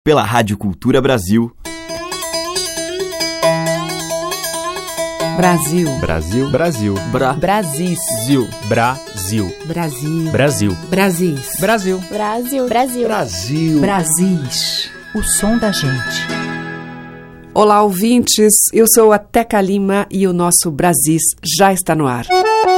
pela Rádio Cultura Brasil. Brasil. Brasil. Brasil. Brasis. Brasil. Brasil. Brasil. Brasis. Brasil. Brasil. Brasil. Brasil. Brasis. O som da gente. Olá, ouvintes. Eu sou a Teca Lima e o nosso Brasis já está no ar.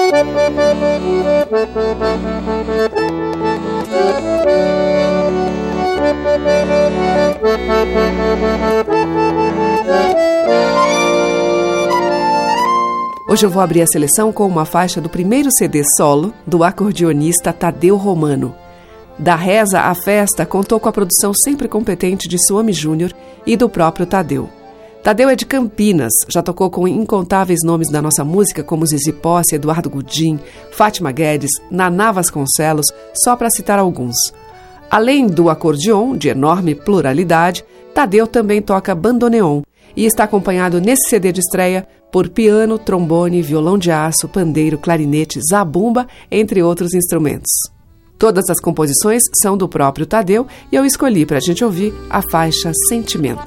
Hoje eu vou abrir a seleção com uma faixa do primeiro CD solo do acordeonista Tadeu Romano. Da reza à festa contou com a produção sempre competente de Suami Júnior e do próprio Tadeu. Tadeu é de Campinas, já tocou com incontáveis nomes da nossa música como Zizi Posse, Eduardo Gudim, Fátima Guedes, Naná Vasconcelos, só para citar alguns. Além do acordeon, de enorme pluralidade, Tadeu também toca bandoneon e está acompanhado nesse CD de estreia por piano, trombone, violão de aço, pandeiro, clarinete, zabumba, entre outros instrumentos. Todas as composições são do próprio Tadeu e eu escolhi para a gente ouvir a faixa Sentimento.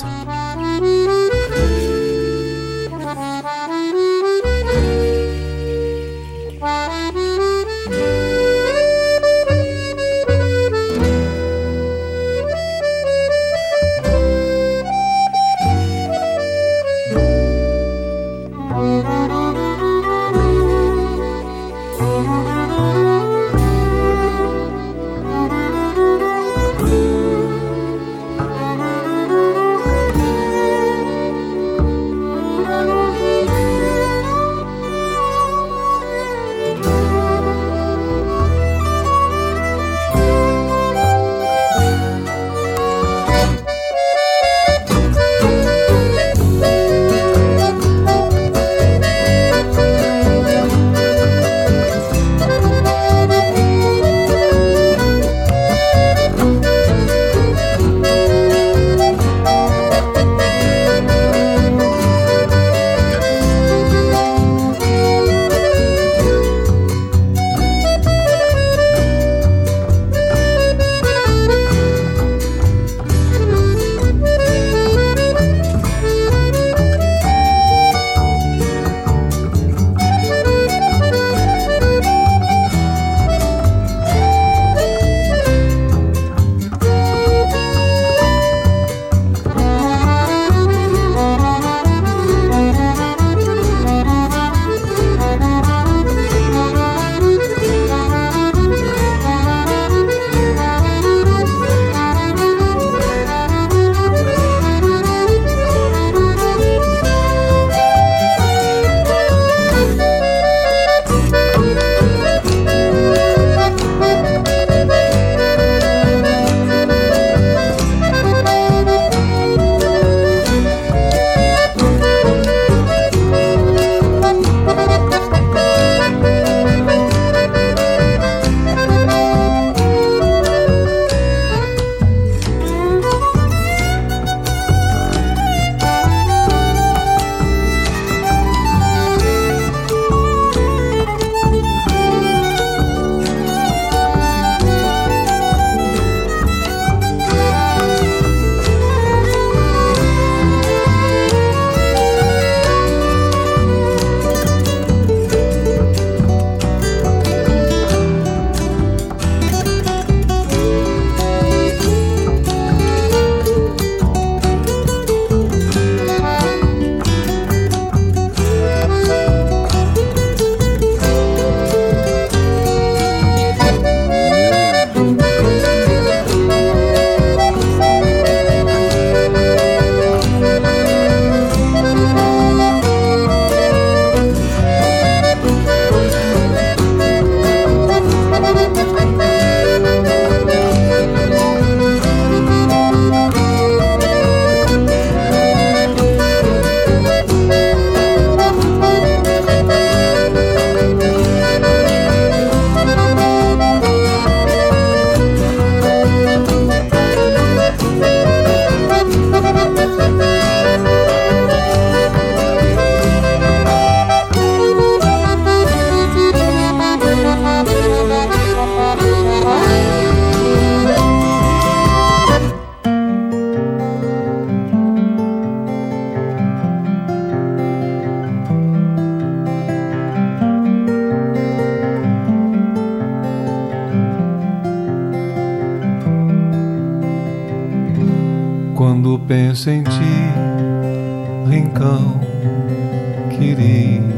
Quando penso em ti, rincão querido,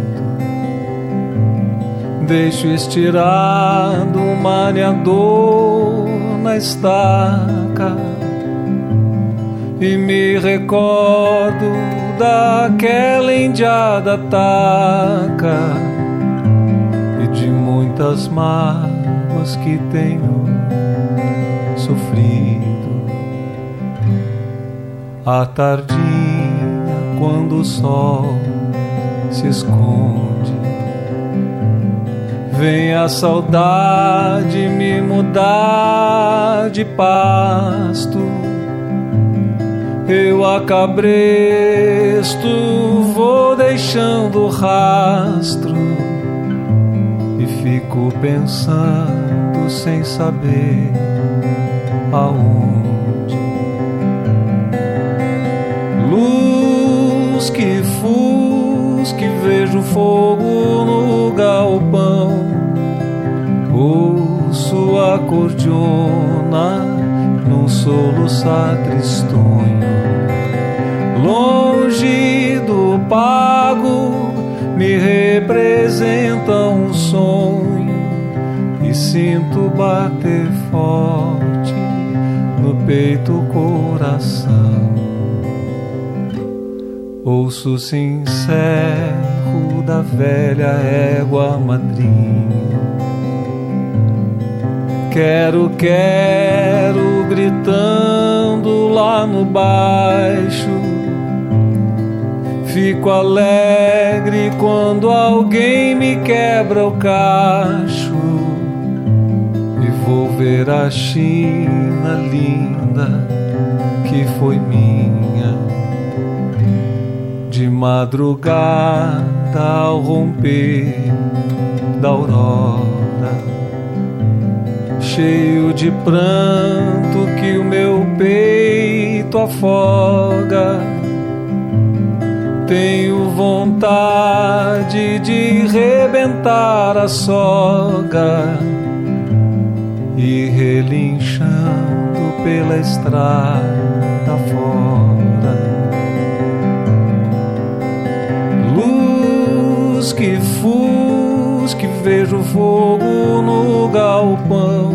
deixo estirado o mareador na estaca e me recordo daquela indiada taca e de muitas mágoas que tenho sofrido. À tardinha, quando o sol se esconde, vem a saudade me mudar de pasto. Eu a cabresto vou deixando rastro e fico pensando sem saber aonde. Luz que fusque, vejo fogo no galpão, ouço a cordiona num soluçar tristonho. Longe do pago me representa um sonho e sinto bater forte no peito o coração. Ouço o sincero da velha égua madrinha. Quero, quero, gritando lá no baixo. Fico alegre quando alguém me quebra o cacho. E vou ver a China linda que foi minha. De madrugada ao romper da aurora, cheio de pranto que o meu peito afoga, tenho vontade de rebentar a soga e relinchando pela estrada fora. Luz que fusque, vejo fogo no galpão,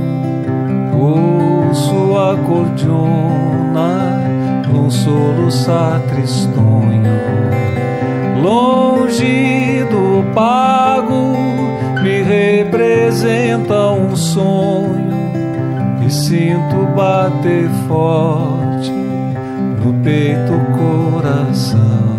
ouço a cordiona num soluçar tristonho. Longe do pago me representa um sonho e sinto bater forte no peito o coração.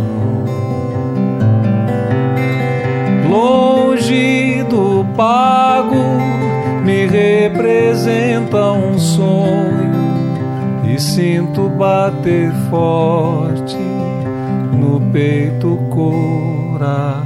Longe do pago me representa um sonho e sinto bater forte no peito o coração.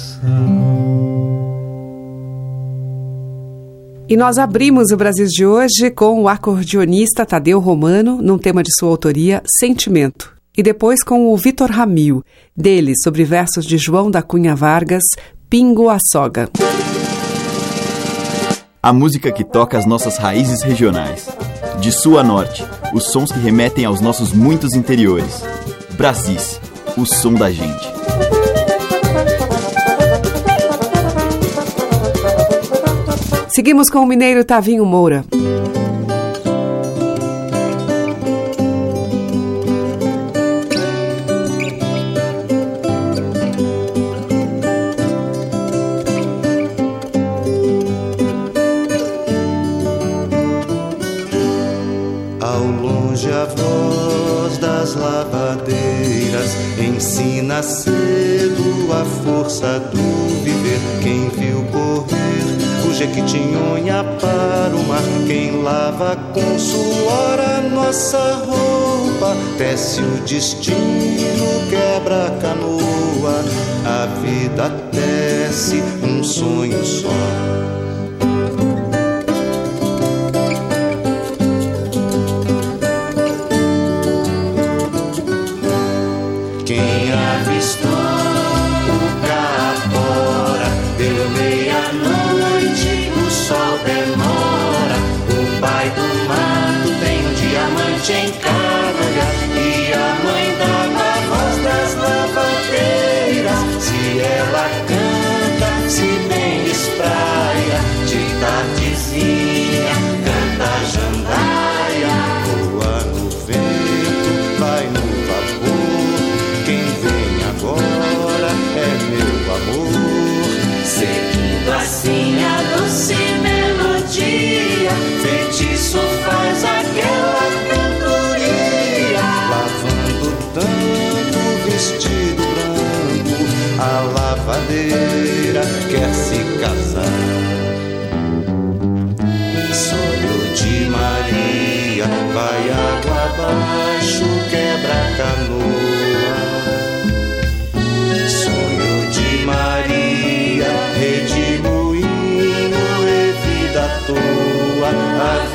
E nós abrimos o Brasil de hoje com o acordeonista Tadeu Romano, num tema de sua autoria, Sentimento. E depois com o Vitor Ramil, dele, sobre versos de João da Cunha Vargas, Pingo a Soga. A música que toca as nossas raízes regionais. De sul a norte, os sons que remetem aos nossos muitos interiores. Brasis, o som da gente. Seguimos com o mineiro Tavinho Moura. A voz das lavadeiras ensina cedo a força do viver. Quem viu correr o Jequitinhonha para o mar, quem lava com suor a nossa roupa, tece o destino, quebra a canoa, a vida tece um sonho só. Em cada olhar.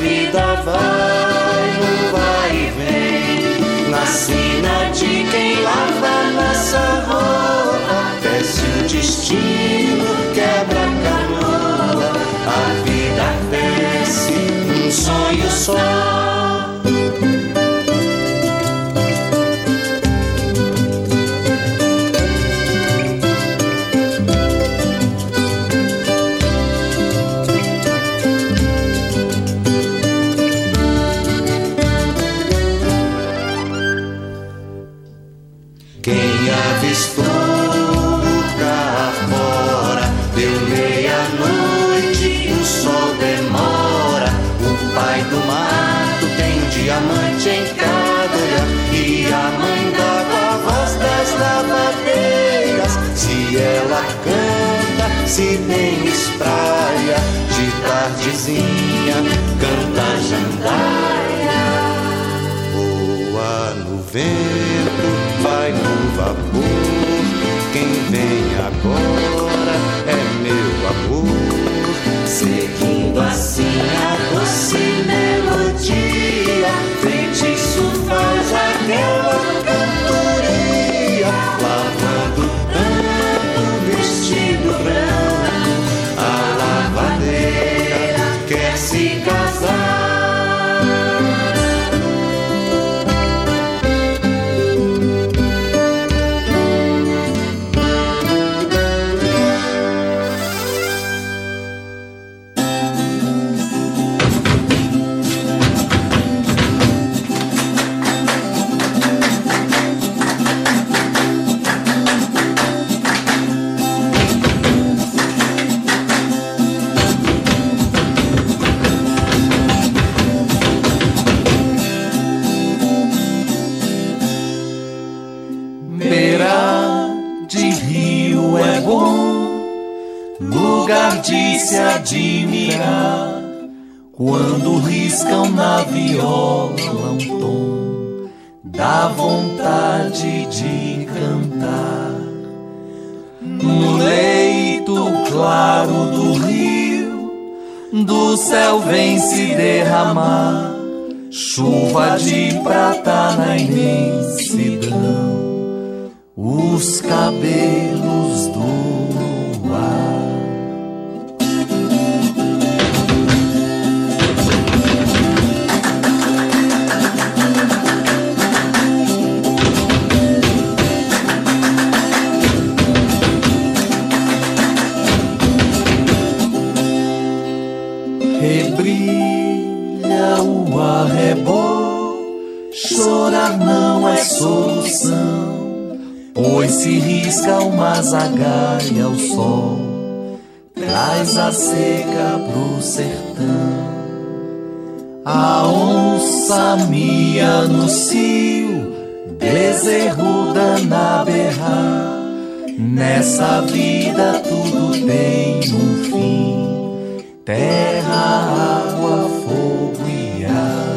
vida vai no vai e vem, na sina de quem lava nossa roupa. Desce o destino, quebra a canoa, a vida desce, um sonho só. Quem avistou cá fora, deu meia-noite, o sol demora. O pai do mato tem diamante em cada olhar, e a mãe d'água, a voz das lavadeiras. Se ela canta, se bem espraia, de tardezinha canta a jandaia. Voa no vento, vai no vapor, quem vem agora é meu amor. Seguindo assim a doce melodia, feitiço faz aquela cantoria, lavando tanto vestido branco, a lavadeira quer se casar. Lugar de se admirar, quando riscam na viola um tom, dá vontade de cantar. No leito claro do rio, do céu vem se derramar chuva de prata na imensidão, os cabelos do luar. Rebrilha o arrebol, chorar não é solução, pois se risca uma zagaia ao sol, traz a seca pro sertão. A onça mia no cio, bezerruda na berra, nessa vida tudo tem um fim, terra, água, fogo e ar.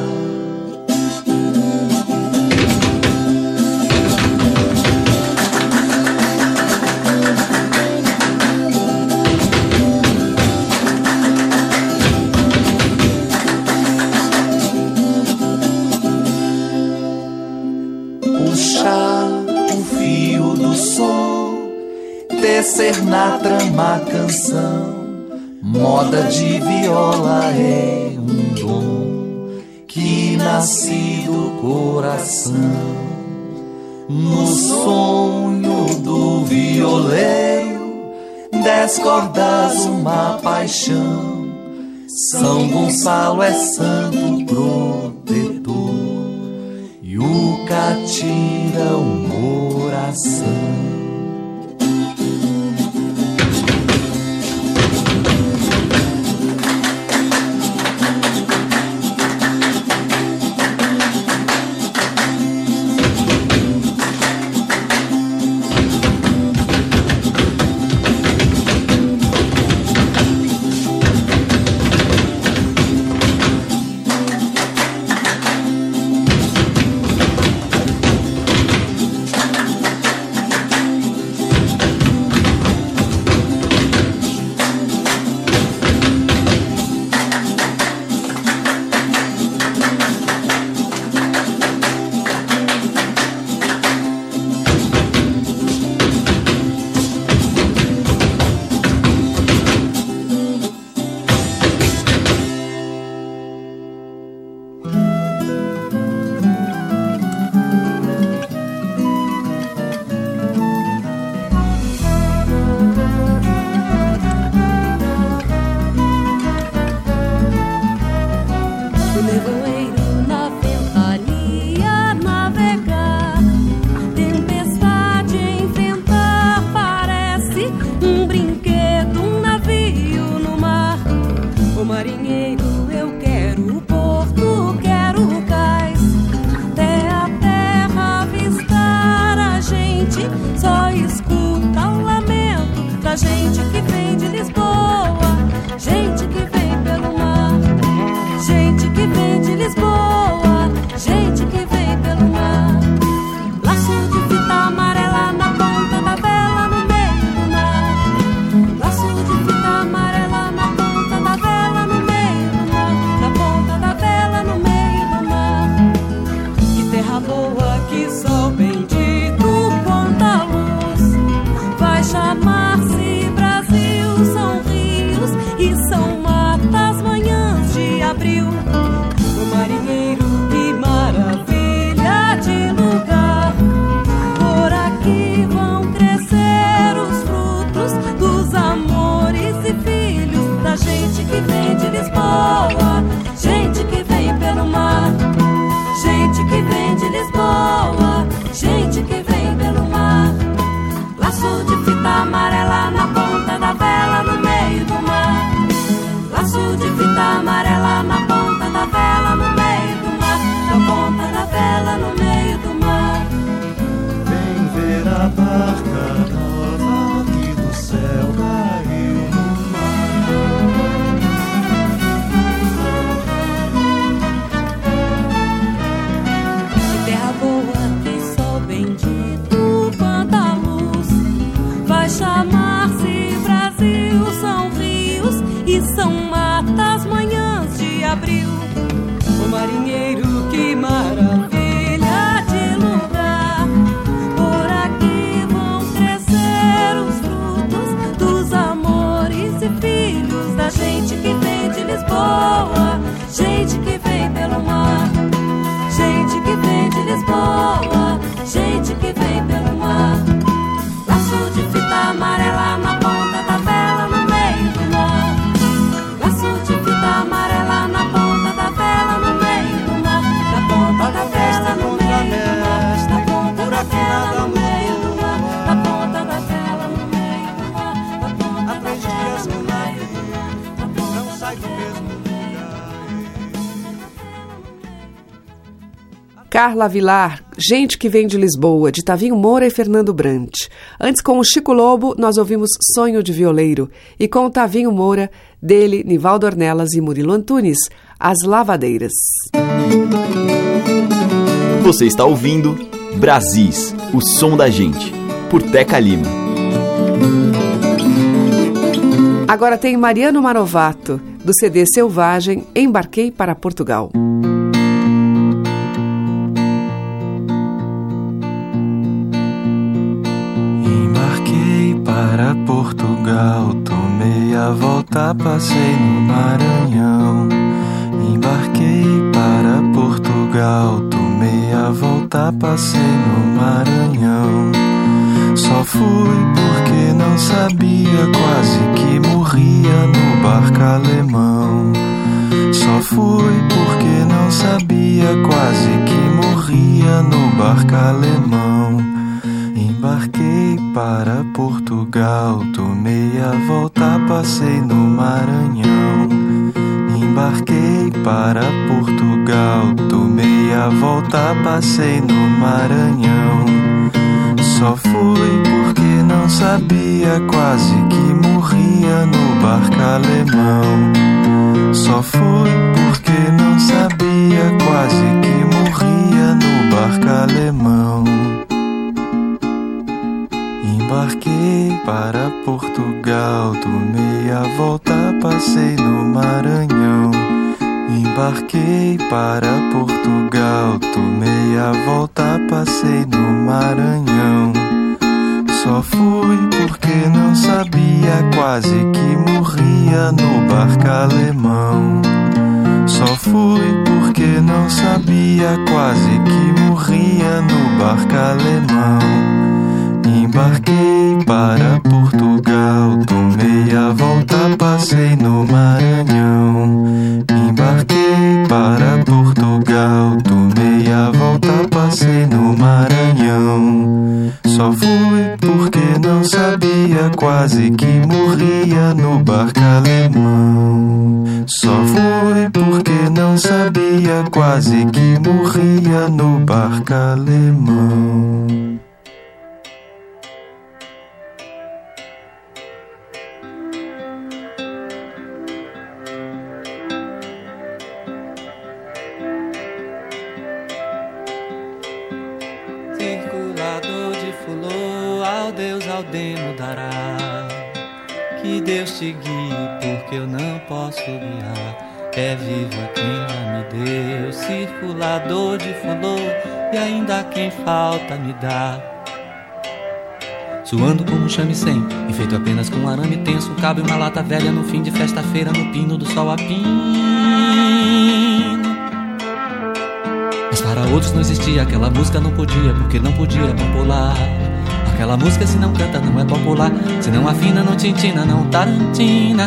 Puxar o fio do som, tecer na trama a canção. Moda de viola é um dom que nasce do coração. No sonho do violeiro, 10 cordas, uma paixão. São Gonçalo é santo protetor e o catira um coração. boa, que sol bendito, quanta luz. Vai chamar-se Brasil, são rios e são matas, manhãs de abril. O marinheiro, que maravilha de lugar. Por aqui vão crescer os frutos dos amores e filhos da gente que vem de Lisboa, gente que vem pelo mar, gente que vem de Lisboa, gente que vem pelo mar. Laço de fita amarela na ponta da vela no meio do mar. Laço de fita amarela na ponta da vela no meio do mar. Na ponta da vela no meio do mar. Vem ver a barca nova que do céu caiu no mar. Que terra boa, que sol bendito, quanta luz. Vai chamar-se Brasil, são rios e são matas, manhãs de abril. O marinheiro, que maravilha de lugar. Por aqui vão crescer os frutos dos amores e filhos da gente que vem de Lisboa, gente que vem pelo mar, gente que vem de Lisboa, gente que vem pelo mar. Laço de fita amarela na ponta da vela no meio do mar. Laço de fita amarela na ponta da vela no meio do mar. Na ponta da vela no meio do mar. Na ponta da vela no meio do mar. Na ponta da vela no meio do mar. Na ponta da vela no meio do mar. Não sai do mesmo lugar. Carla Vilar, Gente que Vem de Lisboa, de Tavinho Moura e Fernando Brant. Antes, com o Chico Lobo, nós ouvimos Sonho de Violeiro. E com o Tavinho Moura, dele, Nivaldo Ornelas e Murilo Antunes, As Lavadeiras. Você está ouvindo Brasis, o som da gente, por Teca Lima. Agora tem Mariano Marovato, do CD Selvagem, Embarquei para Portugal. Para Portugal, tomei a volta, passei no Maranhão. Embarquei para Portugal, tomei a volta, passei no Maranhão. Só fui porque não sabia, quase que morria no barco alemão. Só fui porque não sabia, quase que morria no barco alemão. Embarquei para Portugal, tomei a volta, passei no Maranhão. Embarquei para Portugal, tomei a volta, passei no Maranhão. Só fui porque não sabia, quase que morria no barco alemão. Só fui porque não sabia, quase que morria no barco alemão. Embarquei para Portugal, tomei a volta, passei no Maranhão. Embarquei para Portugal, tomei a volta, passei no Maranhão. Só fui porque não sabia, quase que morria no barco alemão. Só fui porque não sabia, quase que morria no barco alemão. Embarquei para Portugal, tomei a volta, passei no Maranhão. Embarquei para Portugal, tomei a volta, passei no Maranhão. Só fui porque não sabia, quase que morria no barco alemão. Só fui porque não sabia, quase que morria no barco alemão. Circulador de fulô, ao Deus Aldeno dará. Que Deus te guie, porque eu não posso guiar. É viva quem já me deu. Circulador de fulô, e ainda quem falta me dá. Suando como um chame-sem, enfeito apenas com um arame tenso, um cabo e uma lata velha no fim de festa-feira, no pino do sol a pino. Mas para outros não existia, aquela música não podia, porque não podia é popular. Aquela música se não canta não é popular, se não afina não tintina, não tarantina.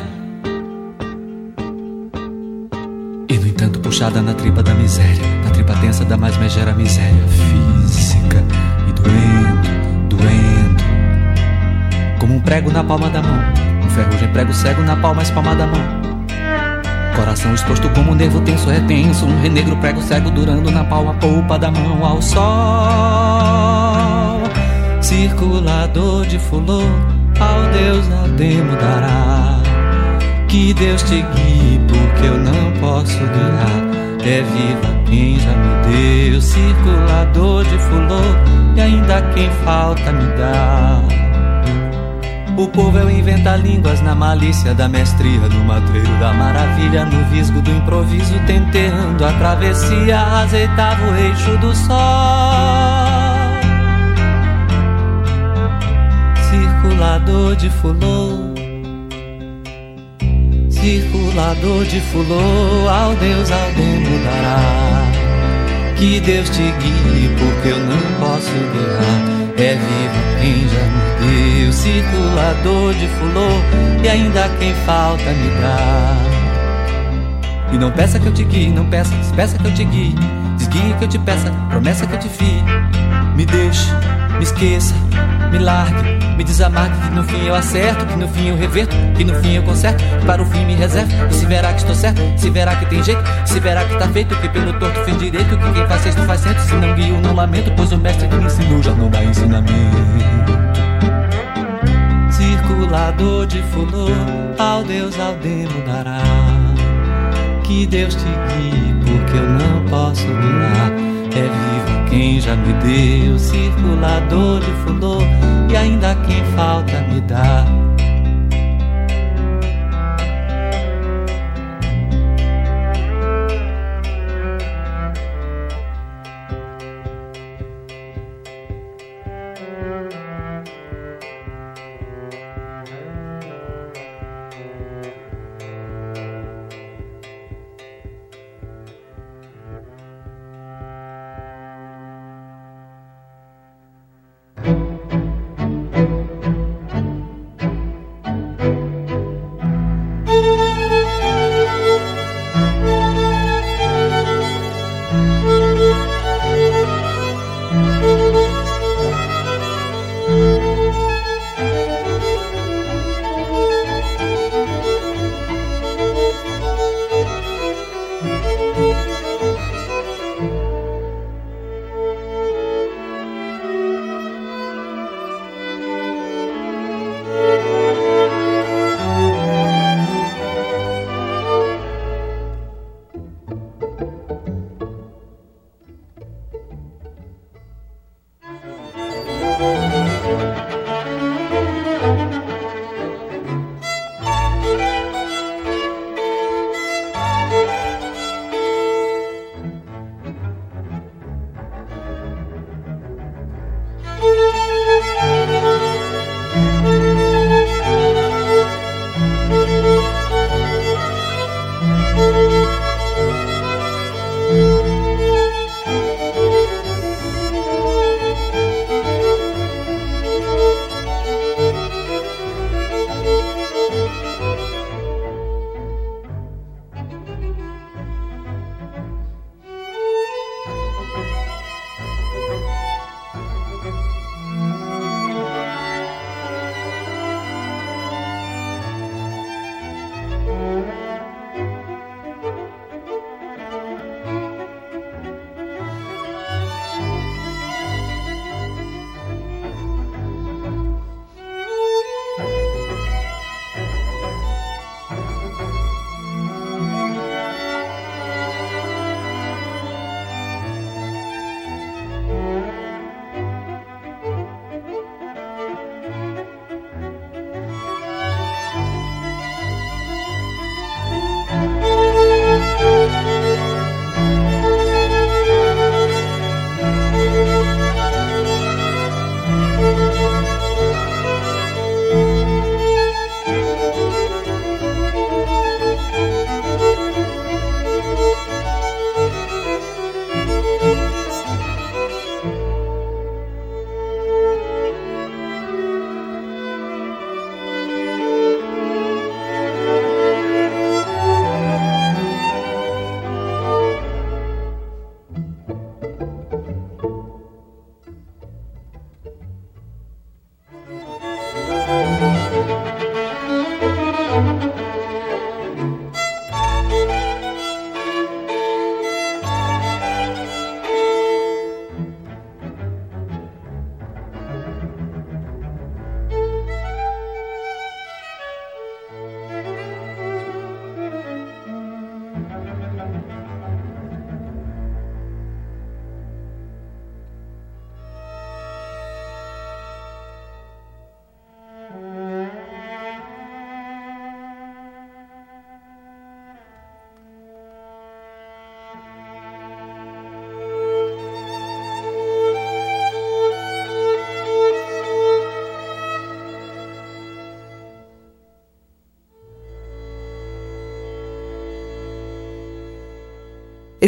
E no entanto puxada na tripa da miséria, na tripa tensa da mais megera miséria física, e doendo, doendo, como um prego na palma da mão, um ferrugem prego cego na palma espalma da mão. Coração exposto como um nervo tenso retenso, um renegro prego cego durando na palma polpa da mão ao sol. Circulador de fulô, ao Deus Aldemo dará. Que Deus te guie, porque eu não posso guiar. É viva quem já me deu, circulador de fulô, e ainda quem falta me dá. O povo é o inventa-línguas na malícia da mestria, no matreiro da maravilha, no visgo do improviso, tenteando a travessia, azeitava o eixo do sol. Circulador de fulô, circulador de fulô, ao Deus Aldemo dará. Que Deus te guie, porque eu não posso guiar. É vivo quem já me deu, circulador de fulô, e ainda quem falta me dá. E não peça que eu te guie, não peça, peça que eu te guie. Desguie que eu te peça, promessa que eu te fie. Me deixe, me esqueça, me largue, me desamargue, que no fim eu acerto, que no fim eu reverto, que no fim eu conserto, que para o fim me reservo. E se verá que estou certo, se verá que tem jeito, se verá que tá feito, que pelo torto fez direito, que quem faz sexto faz cento. Se não guio não lamento, pois o mestre que me ensinou já não dá ensinamento. Circulador de fulô, ao Deus Aldemo dará. Que Deus te guie, porque eu não posso guiar. É vivo quem já me deu, circulador de fulô, e ainda quem falta me dá.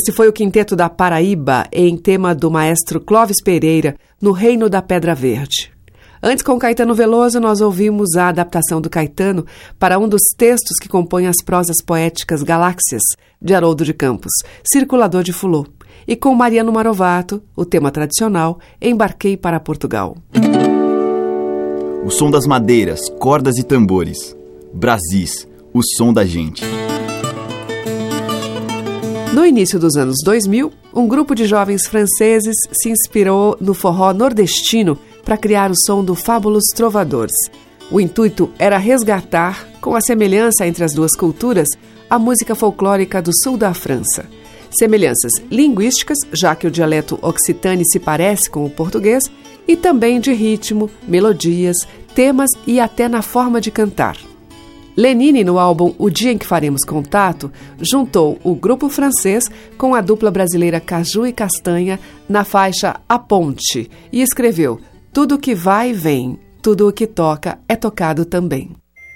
Esse foi o Quinteto da Paraíba, em tema do maestro Clóvis Pereira, No Reino da Pedra Verde. Antes, com Caetano Veloso, nós ouvimos a adaptação do Caetano para um dos textos que compõem as prosas poéticas Galáxias, de Haroldo de Campos, Circulador de Fulô. E com Mariano Marovato, o tema tradicional, Embarquei para Portugal. O som das madeiras, cordas e tambores. Brasis, o som da gente. No início dos anos 2000, um grupo de jovens franceses se inspirou no forró nordestino para criar o som do Fábulos Trovadores. O intuito era resgatar, com a semelhança entre as duas culturas, a música folclórica do sul da França. Semelhanças linguísticas, já que o dialeto occitane se parece com o português, e também de ritmo, melodias, temas e até na forma de cantar. Lenine, no álbum O Dia em que Faremos Contato, juntou o grupo francês com a dupla brasileira Caju e Castanha na faixa A Ponte e escreveu: tudo que vai, vem, tudo o que toca é tocado também.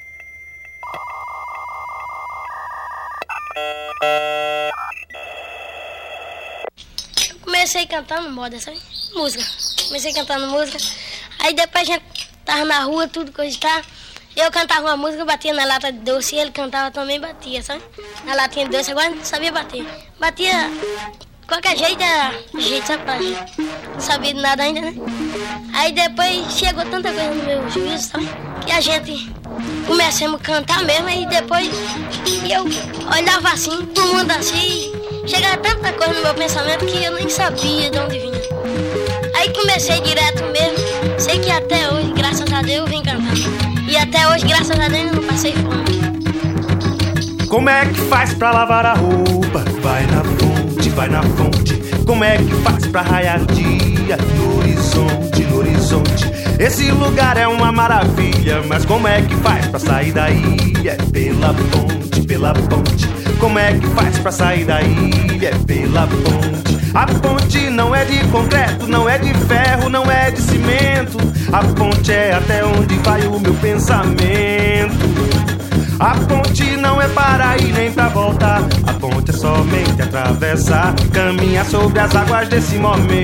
Comecei cantando moda, sabe? Música. Comecei cantando música. Aí depois a gente tava na rua, tudo coisa e tal. Eu cantava uma música, batia na lata de doce e ele cantava também, batia, sabe? Na latinha de doce, agora não sabia bater. Batia qualquer jeito, era jeito, sabe? Pra gente. Não sabia de nada ainda, né? Aí depois chegou tanta coisa no meu juízo, sabe? Que a gente começamos a cantar mesmo, e depois eu olhava assim, pro mundo assim, chegava tanta coisa no meu pensamento que eu nem sabia de onde vinha. Aí comecei direto mesmo, sei que até hoje, graças a Deus, eu vim cantando. E até hoje, graças a Deus, eu não passei fome. Como é que faz pra lavar a roupa? Vai na fonte, vai na fonte. Como é que faz pra raiar o dia? No horizonte, no horizonte. Esse lugar é uma maravilha, mas como é que faz pra sair daí? É pela ponte, pela ponte. Como é que faz pra sair daí? É pela ponte. A ponte não é de concreto, não é de ferro, não é de cimento. A ponte é até onde vai o meu pensamento. A ponte não é para ir nem pra voltar. A ponte é somente atravessar, caminhar sobre as águas desse momento.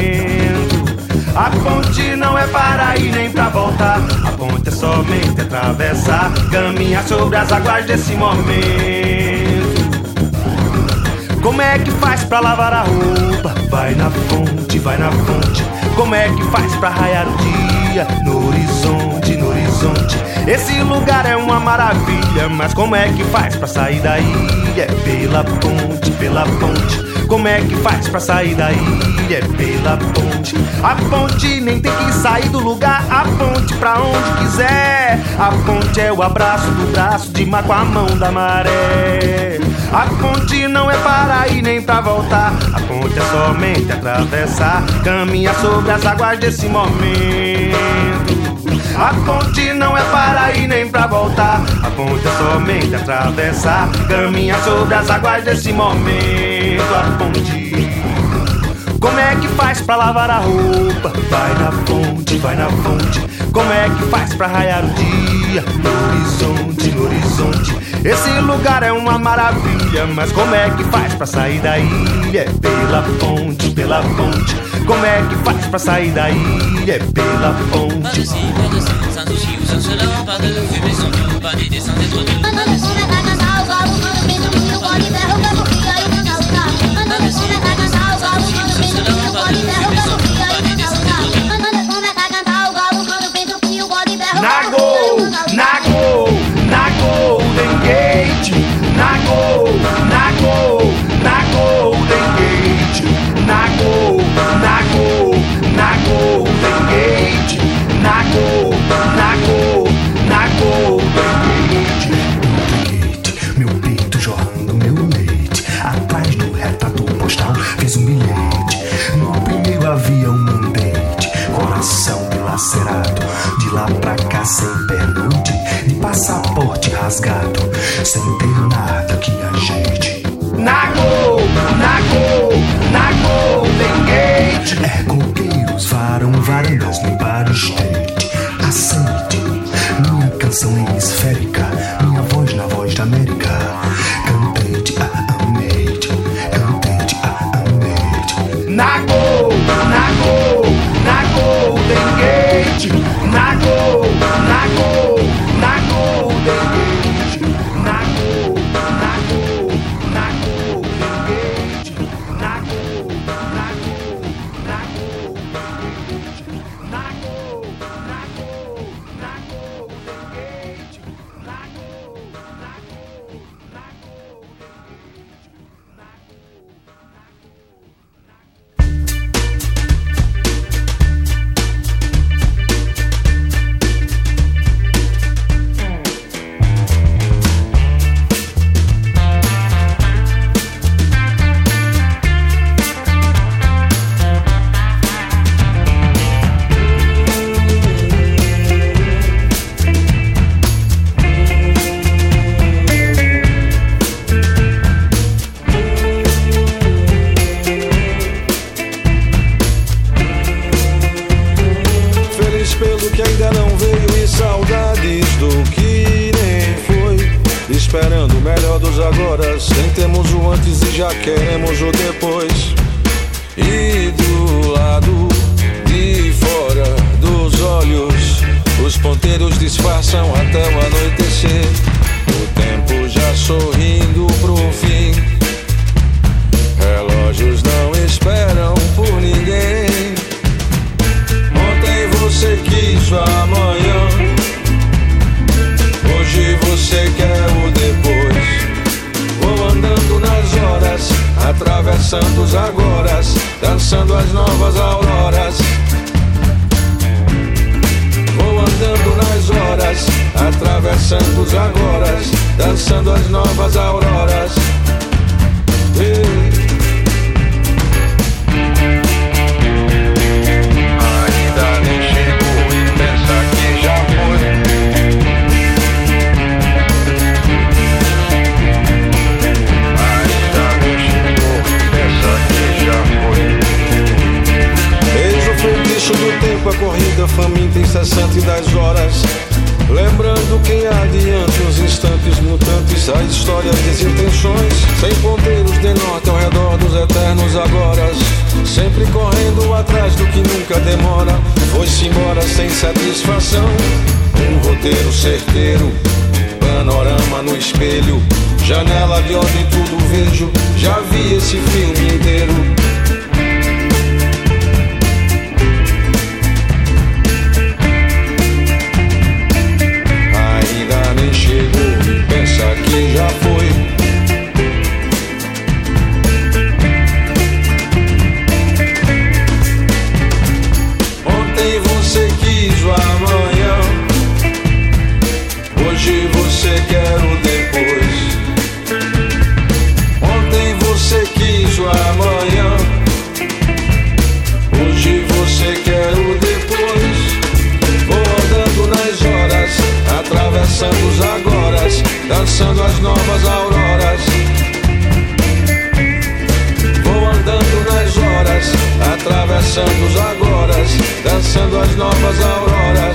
A ponte não é para ir nem pra voltar. A ponte é somente atravessar, caminhar sobre as águas desse momento. Como é que faz pra lavar a roupa? Vai na fonte, vai na fonte. Como é que faz pra raiar o dia? No horizonte, no horizonte. Esse lugar é uma maravilha, mas como é que faz pra sair daí? É pela ponte, pela ponte. Como é que faz pra sair daí? É pela ponte. A ponte nem tem que sair do lugar. A ponte pra onde quiser. A ponte é o abraço do braço de mar com a mão da maré. A ponte não é para ir nem pra voltar. A ponte é somente atravessar, caminhar sobre as águas desse momento. A ponte não é para ir nem pra voltar. A ponte é somente atravessar, caminhar sobre as águas desse momento. A ponte. Como é que faz pra lavar a roupa? Vai na fonte, vai na fonte. Como é que faz pra raiar o dia? No horizonte, no horizonte. Esse lugar é uma maravilha, mas como é que faz pra sair daí? É pela ponte, pela ponte. Como é que faz pra sair daí? É pela ponte. Sem pernoite, de passaporte rasgado, sem ter nada que ajeite. Na Golden Gate. É coqueiros, varandas no Bar State. Aceite minha canção hemisférica, minha voz na voz da América. Cantei-te, amei-te, cantei-te, Esperando o melhor dos agora, sem termos o antes e já queremos o depois. E do lado de fora dos olhos, os ponteiros disfarçam até o anoitecer. O tempo já sorrindo pro fim, relógios não esperam por ninguém. Ontem você quis o amanhã, hoje você quer o depois. Vou andando nas horas, atravessando os agoras, dançando as novas auroras. Vou andando nas horas, atravessando os agoras, dançando as novas auroras. Ainda nem chegou e pensa que já foi. Eis o feitiço do tempo, a corrida faminta incessante das horas. Lembrando quem adianta os instantes mutantes, a história das intenções, sem ponteiros de norte ao redor dos eternos agoras. Sempre correndo atrás do que nunca demora, foi-se embora sem satisfação. Um roteiro certeiro, panorama no espelho, janela de onde tudo vejo, já vi esse filme inteiro. Ainda nem chegou e pensa que já foi. Ontem você quis o amanhã, hoje você quer o depois. Ontem você quis o amanhã, hoje você quer o depois. Vou andando nas horas, atravessando os agoras, dançando as novas auroras. Vou andando nas horas, atravessando os agoras, dançando as novas auroras.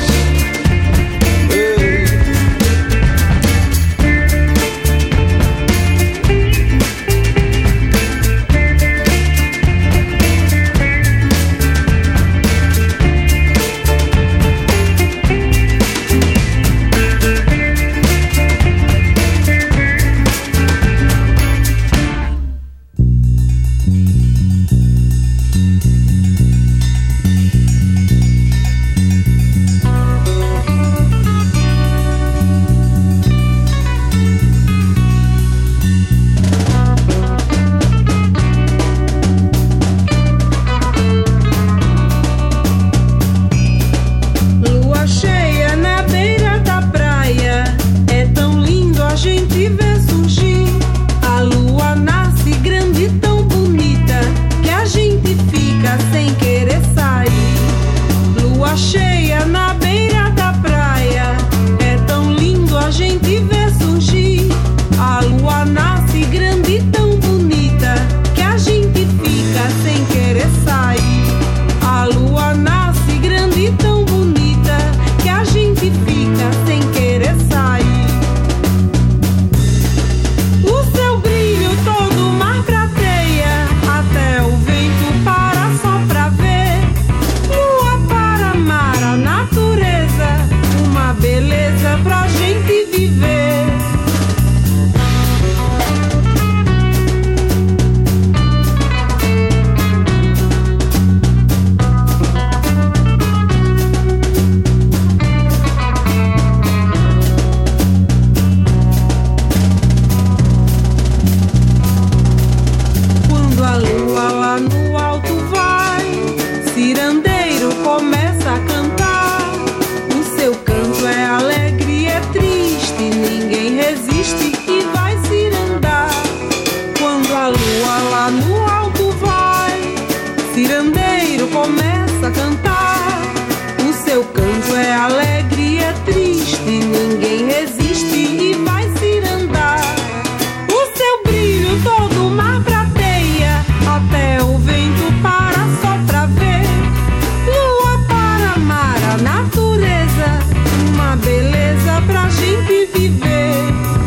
cirandeiro começa a cantar. O seu canto é alegre, é triste, ninguém resiste e vai cirandar. Quando a lua lá no alto vai, cirandeiro começa a cantar. O seu canto é alegre, é triste, ninguém resiste e vai cirandar. O seu brilho todo mar prateia, até o vento para só pra ver. Lua para amar a natureza, uma beleza pra gente viver.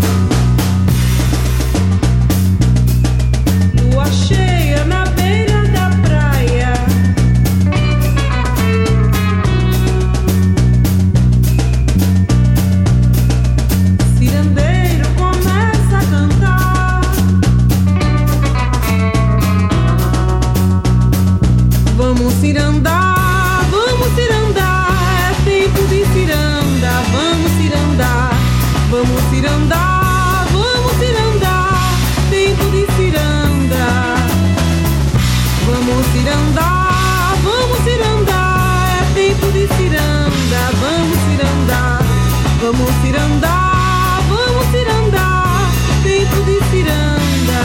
Lua cheia na beira da praia, cirandeiro começa a cantar. Vamos cirandar, é tempo de ciranda. Vamos cirandar, tempo de ciranda. Vamos cirandar, é tempo de ciranda. Vamos cirandar, tempo de ciranda.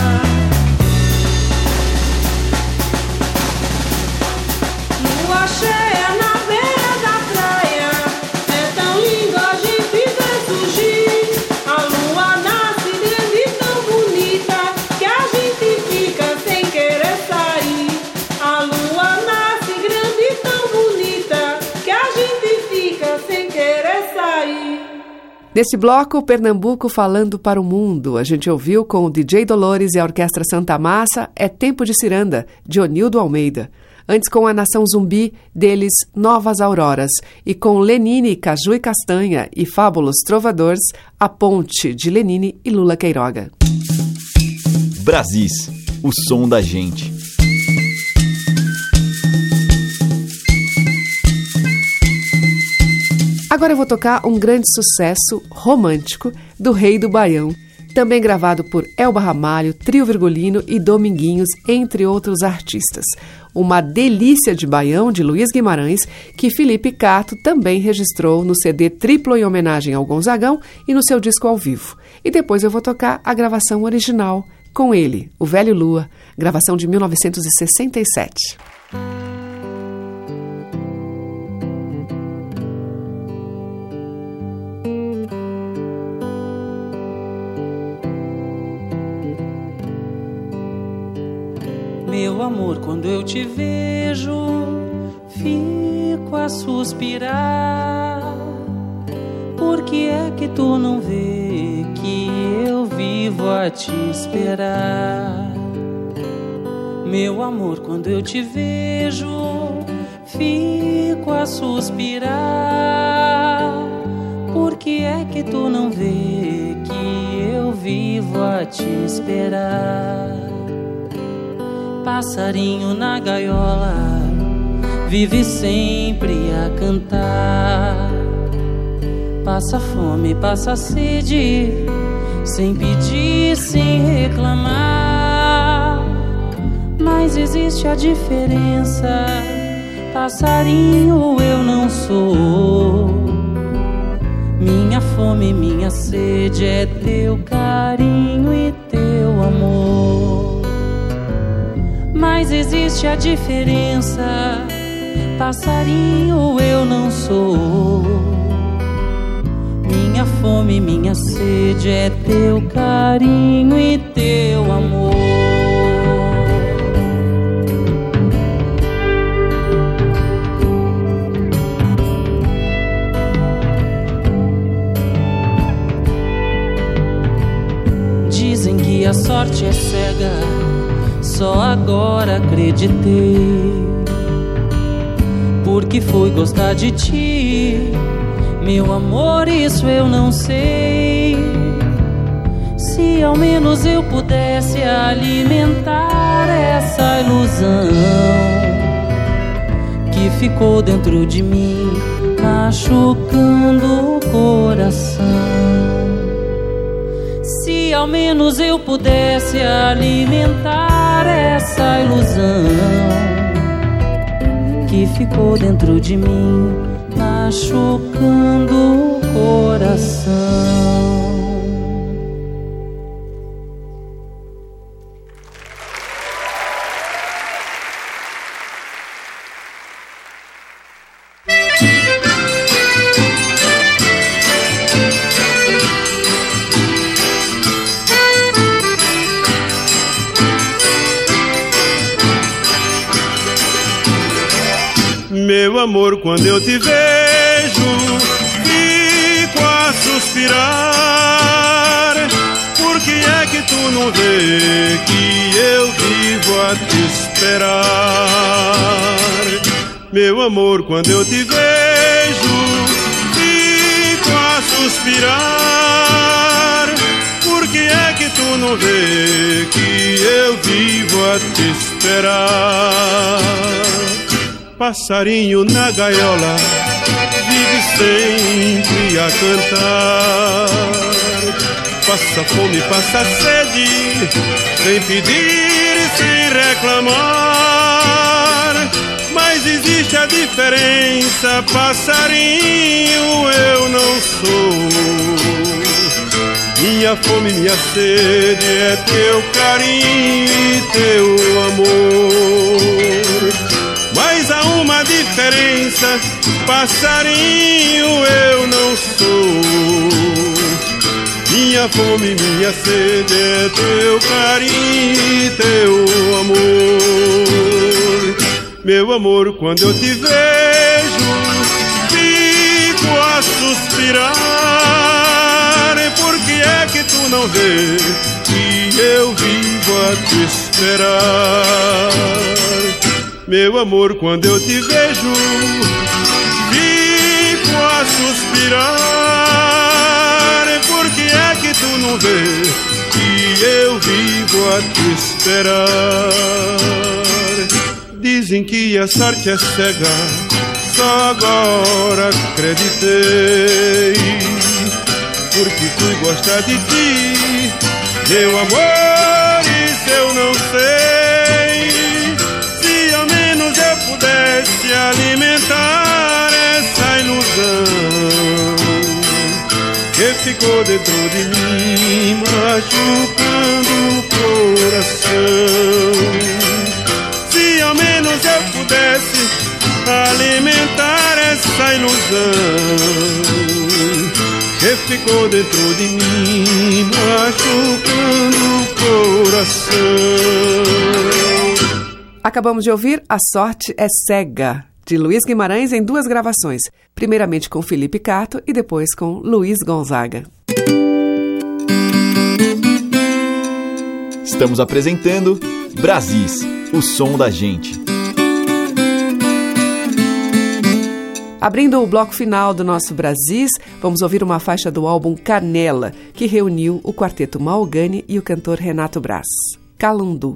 Lua cheia na beira da praia, é tão lindo a gente ver surgir. A lua nasce grande e tão bonita que a gente fica sem querer sair. A lua nasce grande e tão bonita que a gente fica sem querer sair. Nesse bloco, Pernambuco falando para o mundo. A gente ouviu com o DJ Dolores e a Orquestra Santa Massa É Tempo de Ciranda, de Onildo Almeida. Antes, com a Nação Zumbi, deles Novas Auroras. E com Lenine, Caju e Castanha e Fábulos Trovadores, A Ponte, de Lenine e Lula Queiroga. Brasis, o som da gente. Agora eu vou tocar um grande sucesso romântico do Rei do Baião, também gravado por Elba Ramalho, Trio Virgulino e Dominguinhos, entre outros artistas. Uma delícia de baião de Luiz Guimarães, que Felipe Cato também registrou no CD triplo em homenagem ao Gonzagão e no seu disco ao vivo. E depois eu vou tocar a gravação original com ele, o Velho Lua, gravação de 1967. Meu amor, quando eu te vejo, fico a suspirar. Por que é que tu não vê que eu vivo a te esperar? Meu amor, quando eu te vejo, fico a suspirar. Por que é que tu não vê que eu vivo a te esperar? Passarinho na gaiola vive sempre a cantar. Passa fome, passa sede, sem pedir, sem reclamar. Mas existe a diferença, passarinho eu não sou. Minha fome, minha sede é teu carinho e teu amor. Mas existe a diferença, passarinho eu não sou. Minha fome, minha sede é teu carinho e teu amor. Dizem que a sorte é cega, só agora acreditei. Porque fui gostar de ti, meu amor, isso eu não sei. Se ao menos eu pudesse alimentar essa ilusão que ficou dentro de mim, machucando o coração. Se ao menos eu pudesse alimentar essa ilusão que ficou dentro de mim, machucando o coração. Meu amor, quando eu te vejo, fico a suspirar. Por que é que tu não vê que eu vivo a te esperar? Meu amor, quando eu te vejo, fico a suspirar. Por que é que tu não vê que eu vivo a te esperar? Passarinho na gaiola vive sempre a cantar. Passa fome, passa sede, sem pedir e sem reclamar. Mas existe a diferença, passarinho, eu não sou. Minha fome, minha sede é teu carinho e teu amor. Mas há uma diferença, passarinho, eu não sou. Minha fome, minha sede é teu carinho e teu amor. Meu amor, quando eu te vejo, fico a suspirar. Por que é que tu não vê que eu vivo a te esperar? Meu amor, quando eu te vejo, fico a suspirar. Por que é que tu não vê que eu vivo a te esperar? Dizem que a sorte é cega, só agora acreditei. Porque fui gostar de ti, meu amor, isso eu não sei. Se ao menos eu pudesse alimentar essa ilusão que ficou dentro de mim, machucando o coração. Se ao menos eu pudesse alimentar essa ilusão que ficou dentro de mim, machucando o coração. Acabamos de ouvir A Sorte é Cega, de Luiz Guimarães, em duas gravações, primeiramente com Felipe Cato e depois com Luiz Gonzaga. Estamos apresentando Brasis, o som da gente. Abrindo o bloco final do nosso Brasis, vamos ouvir uma faixa do álbum Canela, que reuniu o quarteto Malgani e o cantor Renato Braz. Calundu.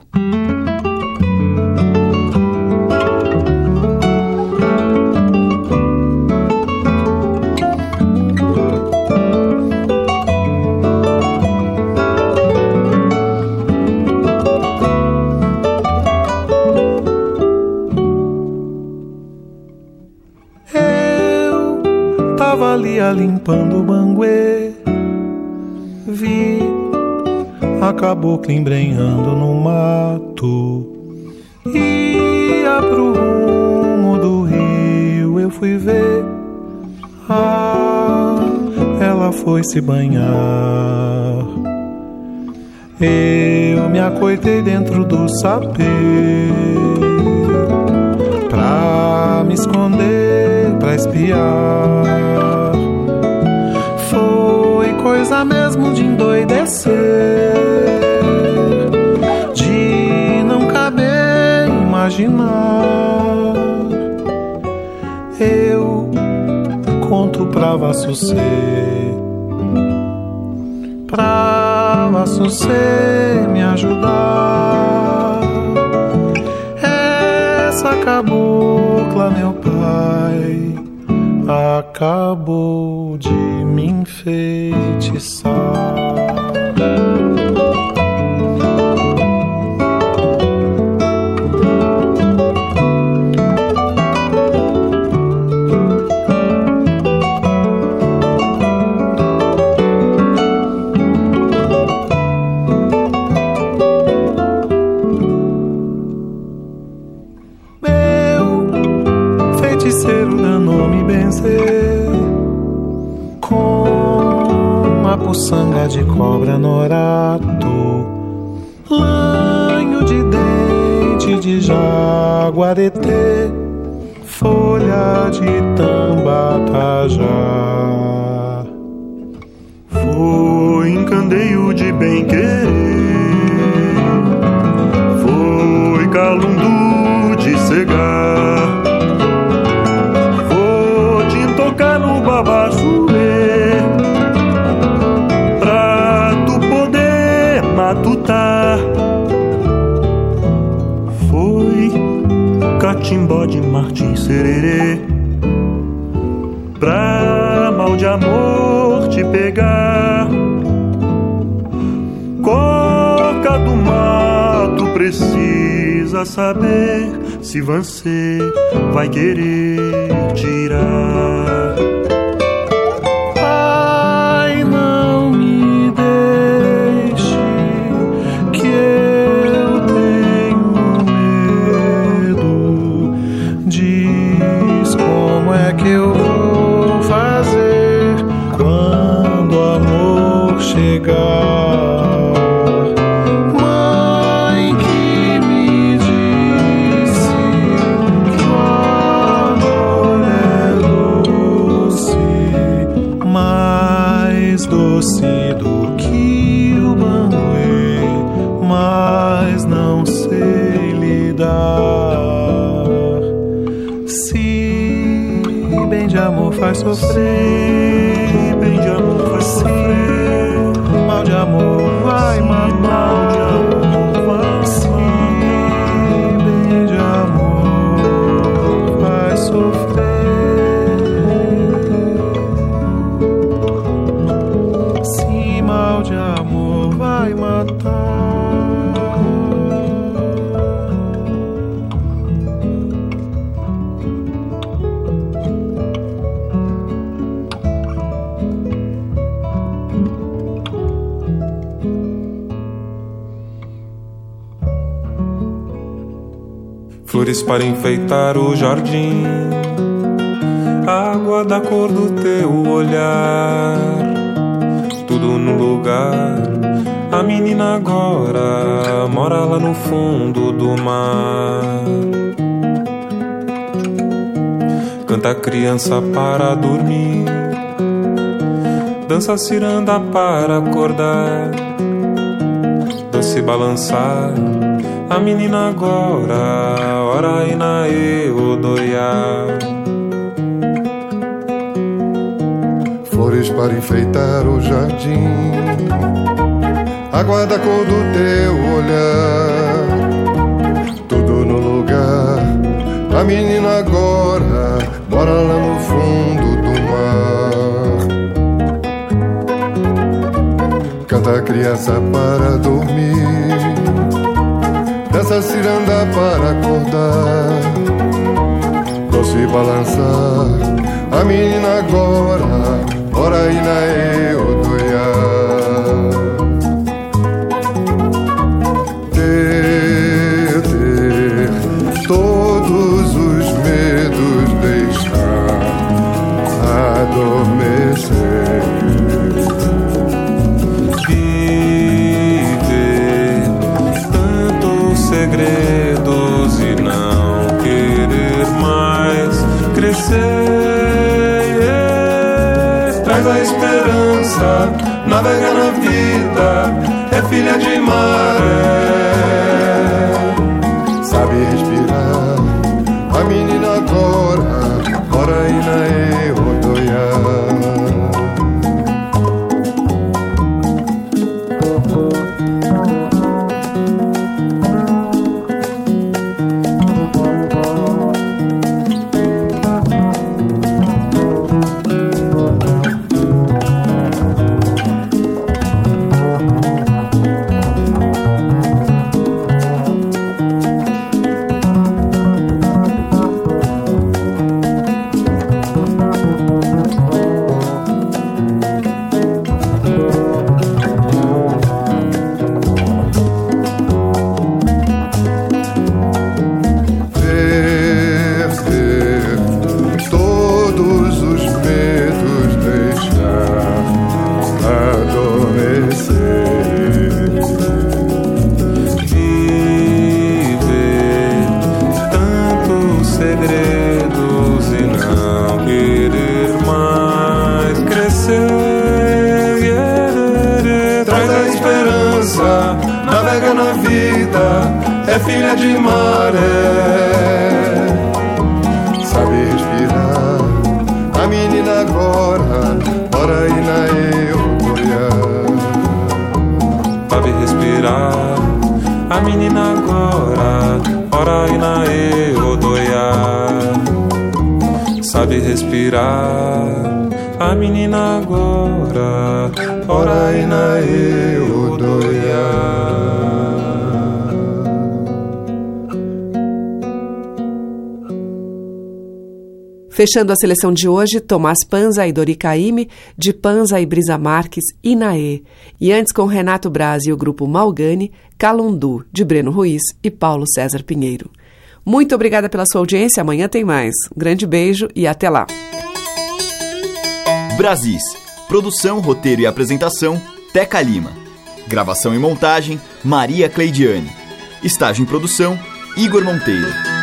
Limpando o banguê, vi a cabocla embrenhando no mato. Ia pro rumo do rio, eu fui ver. Ela foi se banhar. Eu me acoitei dentro do sapê pra me esconder, pra espiar. Coisa mesmo de endoidecer, de não caber imaginar. Eu conto pra Vassucê, me ajudar. Essa cabocla, meu pai, acabou de me enfeitiçar. cheiro danou-me benzer com a puçanga de cobra norato, lanho de dente de jaguareté, folha de tambatajá. Foi encandeio de bem-querer, foi calundu de cegar, vou te tocar no babaçuê pra tu poder matutar. Foi catimbó de Martim Sererê pra mal de amor te pegar. Coca do mato precisa saber se você vai querer tirar. Ai, não me deixe, que eu tenho medo. Diz como é que eu vou fazer quando o amor chegar. Doce do que o banguê, mas não sei lidar. Se bem de amor faz sofrer, bem de amor faz sofrer, mal de amor vai matar, de amor vai se bem de amor vai sofrer. De amor vai matar. Flores para enfeitar o jardim, água da cor do teu olhar, tudo no lugar. A menina agora mora lá no fundo do mar. Canta a criança para dormir, dança ciranda para acordar, dança e balançar. A menina agora ora inaê odoiá. Flores para enfeitar o jardim, água da cor do teu olhar, tudo no lugar. A menina agora mora lá no fundo do mar. Canta a criança para dormir, dança ciranda para acordar, doce balançar. A menina agora ora inaê odoiá. Ter todos os medos, deixar adormecer. Viver tantos segredos e não querer mais crescer. Traz a esperança, navega na vida, é filha de maré. Sabe respirar, a menina agora ora inaê odoiá. é filha de maré. Sabe respirar, a menina agora, ora aí na Eudoia. Sabe respirar, a menina agora, ora aí na Eudoia. Sabe respirar, a menina agora, ora aí na Eudoia. Fechando a seleção de hoje, Tomás Panza e Dori Caymmi, de Panza e Brisa Marques, Inaê. E antes com Renato Braz e o grupo Malgani, Calundu, de Breno Ruiz e Paulo César Pinheiro. Muito obrigada pela sua audiência, amanhã tem mais. Um grande beijo e até lá. Brasis. Produção, roteiro e apresentação, Teca Lima. Gravação e montagem, Maria Cleidiane. Estágio em produção, Igor Monteiro.